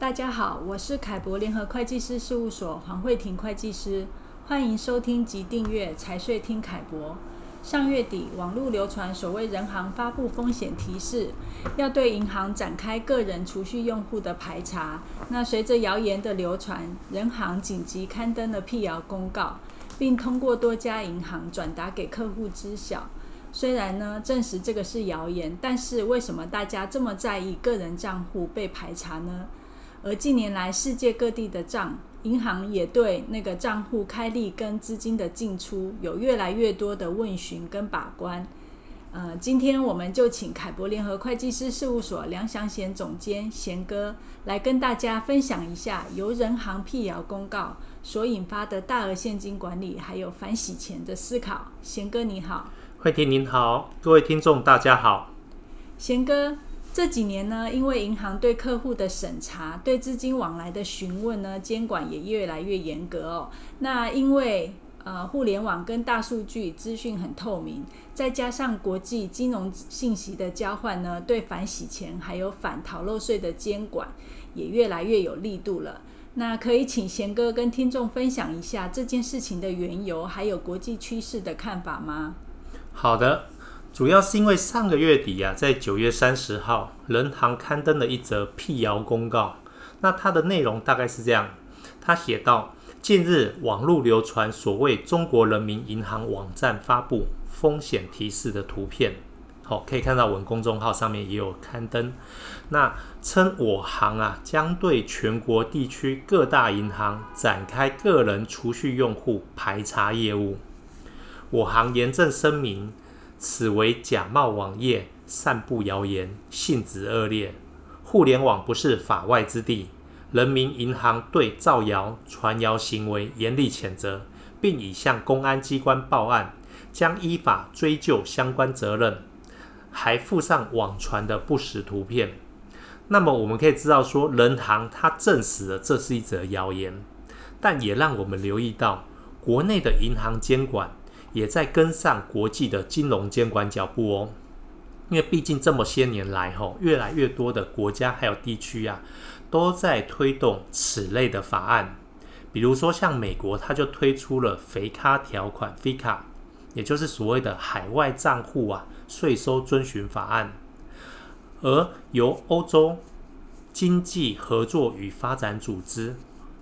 大家好，我是凯博联合会计师事务所黄慧婷会计师，欢迎收听及订阅财税听凯博。上月底，网络流传所谓人行发布风险提示，要对银行展开个人储蓄用户的排查。那随着谣言的流传，人行紧急刊登了辟谣公告，并通过多家银行转达给客户知晓。虽然呢证实这个是谣言，但是为什么大家这么在意个人账户被排查呢？而近年来世界各地的银行也对那个账户开立跟资金的进出有越来越多的问询跟把关。今天我们就请凯博联合会计师事务所梁祥贤总监贤哥来跟大家分享一下由人行辟谣公告所引发的大额现金管理还有反洗钱的思考。贤哥你好。 慧婷您好，各位听众大家好。 贤哥，这几年呢，因为银行对客户的审查、对资金往来的询问呢，监管也越来越严格哦。那因为互联网跟大数据资讯很透明，再加上国际金融信息的交换呢，对反洗钱还有反逃漏税的监管也越来越有力度了。那可以请贤哥跟听众分享一下这件事情的缘由，还有国际趋势的看法吗？ 好的，主要是因为上个月底在9月30号，人行刊登了一则辟谣公告。那它的内容大概是这样，它写道：近日网络流传所谓中国人民银行网站发布风险提示的图片，可以看到我们公众号上面也有刊登。那称我行将对全国地区各大银行展开个人储蓄用户排查业务。我行严正声明，此为假冒网页，散布谣言，性质恶劣。互联网不是法外之地，人民银行对造谣、传谣行为严厉谴责，并已向公安机关报案，将依法追究相关责任，还附上网传的不实图片。那么我们可以知道说，人行它证实了这是一则谣言，但也让我们留意到，国内的银行监管也在跟上国际的金融监管脚步哦。因为毕竟这么些年来越来越多的国家还有地区都在推动此类的法案。比如说像美国，它就推出了肥咖条款 FICA， 也就是所谓的海外账户税收遵循法案。而由欧洲经济合作与发展组织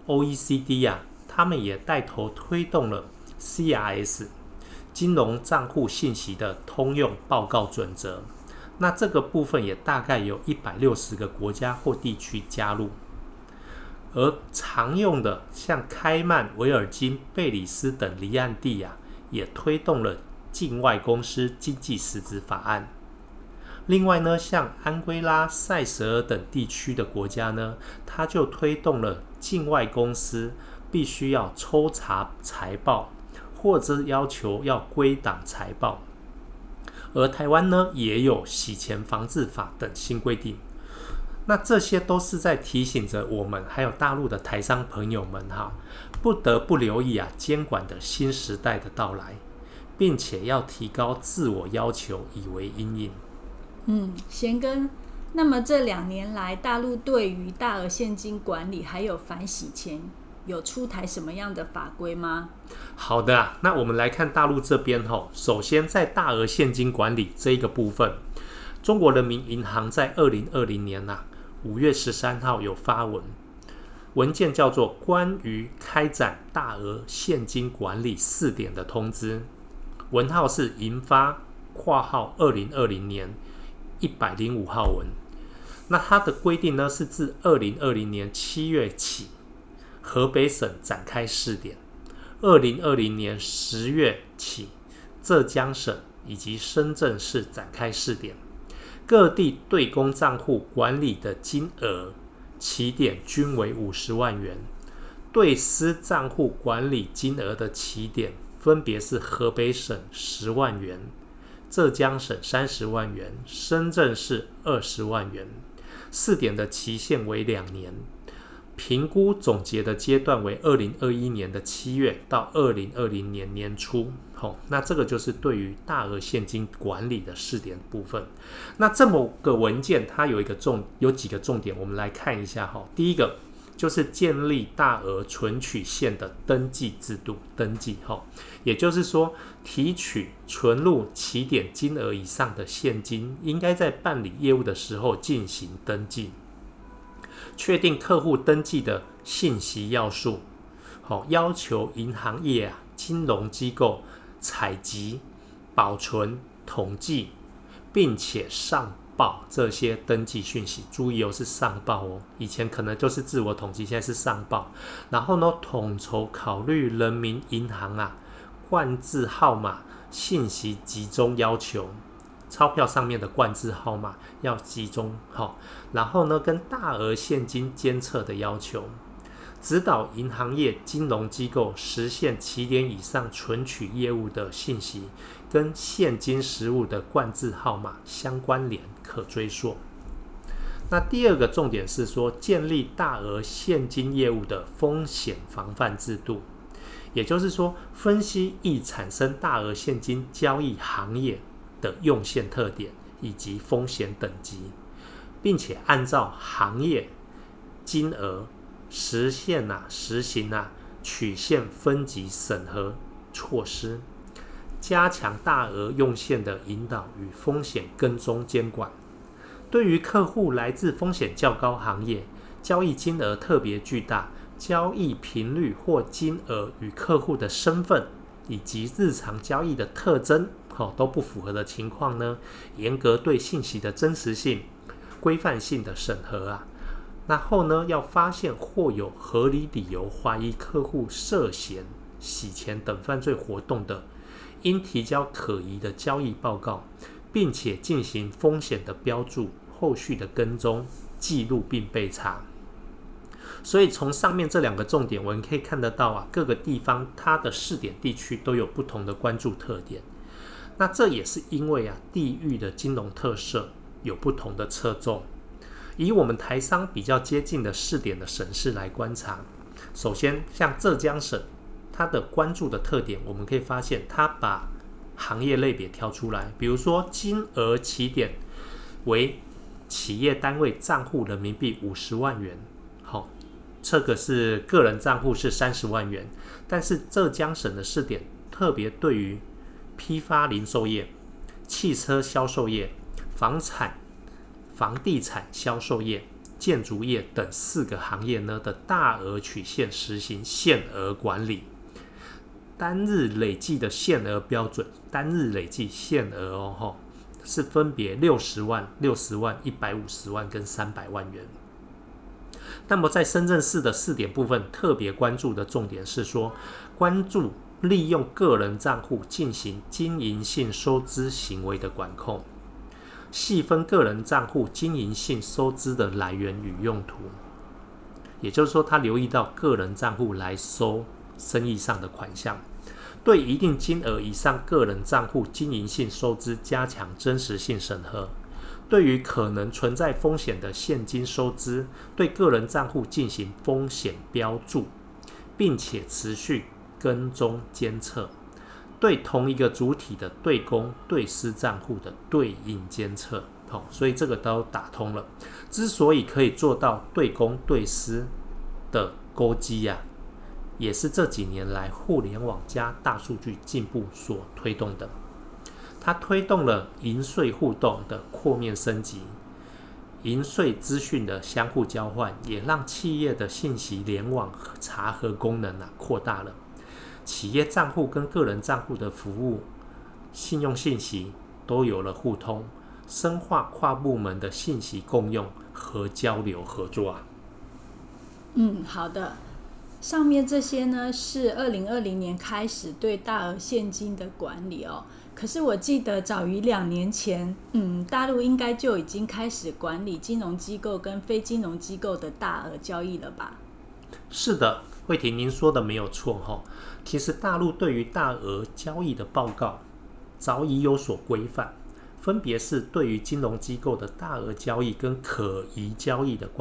OECD 他们也带头推动了 CRS金融账户信息的通用报告准则。那这个部分也大概有160个国家或地区加入。而常用的像开曼、维尔京、贝里斯等离岸地也推动了境外公司经济实质法案。另外呢，像安圭拉、塞舌尔等地区的国家呢，它就推动了境外公司必须要抽查财报，或者要求要归档财报。而台湾呢，也有洗钱防治法等新规定。那这些都是在提醒着我们还有大陆的台商朋友们不得不留意监管的新时代的到来，并且要提高自我要求以为因应。 贤哥，那么这2年来大陆对于大额现金管理还有反洗钱有出台什么样的法规吗？ 好的那我们来看大陆这边首先在大额现金管理这一个部分，中国人民银行在2020年5月13号有发文件叫做关于开展大额现金管理4点的通知，文号是银发2020年105号文。那它的规定呢，是自2020年7月起，河北省展开试点，2020年10月起，浙江省以及深圳市展开试点。各地对公账户管理的金额起点均为50万元，对私账户管理金额的起点分别是河北省10万元、浙江省30万元、深圳市20万元。试点的期限为2年， 评估总结的阶段为2021年的7月到2020年年初。那这个就是对于大额现金管理的试点部分。那这么个文件它有几个重点，我们来看一下。第一个就是建立大额存取线的登记制度，也就是说提取存入起点金额以上的现金应该在办理业务的时候进行登记，确定客户登记的信息要素，要求银行业金融机构采集、保存、统计，并且上报这些登记讯息。注意是上报以前可能就是自我统计，现在是上报。然后呢，统筹考虑人民银行冠字号码信息集中要求，钞票上面的冠字号码要集中。然后呢，跟大额现金监测的要求，指导银行业金融机构实现起点以上存取业务的信息跟现金实物的冠字号码相关联可追溯。那第二个重点是说，建立大额现金业务的风险防范制度，也就是说分析易产生大额现金交易行业的用线特点以及风险等级，并且按照行业金额实行曲线分级审核措施，加强大额用线的引导与风险跟踪监管。对于客户来自风险较高行业，交易金额特别巨大，交易频率或金额与客户的身份以及日常交易的特征都不符合的情况呢，严格对信息的真实性、规范性的审核然后呢，要发现或有合理理由怀疑客户涉嫌洗钱等犯罪活动的，应提交可疑的交易报告，并且进行风险的标注、后续的跟踪、记录并备查。所以从上面这两个重点，我们可以看得到各个地方它的试点地区都有不同的关注特点。那这也是因为地域的金融特色有不同的侧重。以我们台商比较接近的试点的省市来观察，首先像浙江省，它的关注的特点，我们可以发现它把行业类别挑出来，比如说金额起点为企业单位账户人民币50万元，这个是个人账户是30万元，但是浙江省的试点特别对于批发零售业、汽车销售业、房地产销售业、建筑业等4个行业呢的大额曲线实行限额管理，单日累计的限额标准，单日累计限额是分别60万、60万、150万跟300万元。那么在深圳市的试点部分，特别关注的重点是说，关注利用个人账户进行经营性收支行为的管控，细分个人账户经营性收支的来源与用途，也就是说他留意到个人账户来收生意上的款项，对一定金额以上个人账户经营性收支加强真实性审核，对于可能存在风险的现金收支，对个人账户进行风险标注，并且持续跟踪监测，对同一个主体的对公对私账户的对应监测，所以这个都打通了。之所以可以做到对公对私的勾稽也是这几年来互联网加大数据进步所推动的。它推动了银税互动的扩面升级，银税资讯的相互交换，也让企业的信息联网查核功能扩大了。企业账户跟个人账户的服务、信用信息都有了互通，深化跨部门的信息共用和交流合作好的。上面这些呢是2020年开始对大额现金的管理可是我记得早于2年前，大陆应该就已经开始管理金融机构跟非金融机构的大额交易了吧？ 是的，慧婷您说的没有错其实大陆对于大额交易的报告早已有所规范，分别是对于金融机构的大额交易跟可疑交易的管理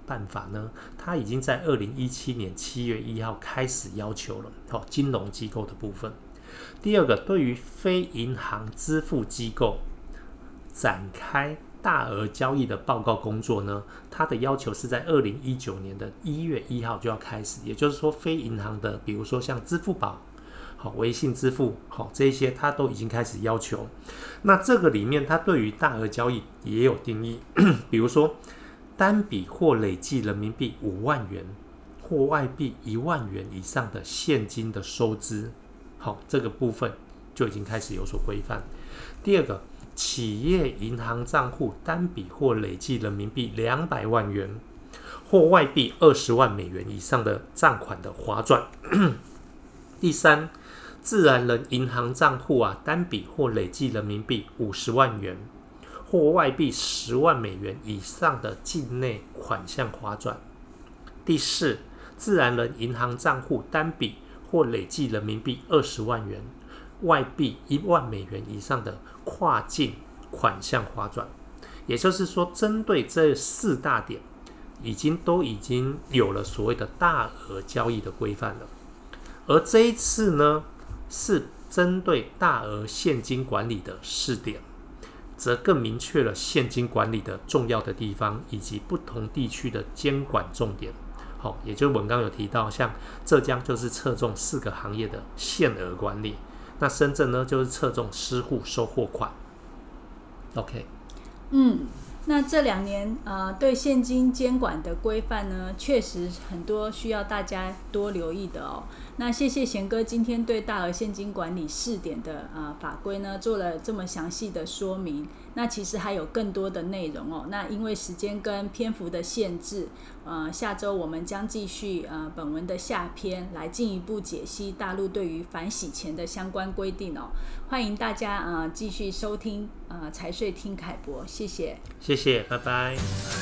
办法呢，它已经在2017年7月1号开始要求了，金融机构的部分。第二个，对于非银行支付机构展开大额交易的报告工作呢，它的要求是在2019年的1月1号就要开始，也就是说非银行的，比如说像支付宝、微信支付，这些它都已经开始要求。那这个里面它对于大额交易也有定义，比如说单笔或累计人民币5万元或外币1万元以上的现金的收支，这个部分就已经开始有所规范。第二个，企业银行账户单笔或累计人民币200万元或外币20万美元以上的账款的划转。第三，自然人银行账户单笔或累计人民币50万元或外币10万美元以上的境内款项划转。第四，自然人银行账户单笔或累计人民币20万元外币1万美元以上的跨境款项划转。也就是说，针对这4大点都已经有了所谓的大额交易的规范了。而这一次呢，是针对大额现金管理的试点，则更明确了现金管理的重要的地方以及不同地区的监管重点。也就是我们刚刚有提到，像浙江就是侧重4个行业的限额管理，那深圳呢就是侧重私户收货款。OK， 那这2年对现金监管的规范呢，确实很多需要大家多留意的哦。那谢谢贤哥今天对大额现金管理试点的法规呢做了这么详细的说明。那其实还有更多的内容哦。那因为时间跟篇幅的限制，下周我们将继续本文的下篇来进一步解析大陆对于反洗钱的相关规定哦。欢迎大家继续收听财税听凯博，谢谢， 谢谢，拜拜。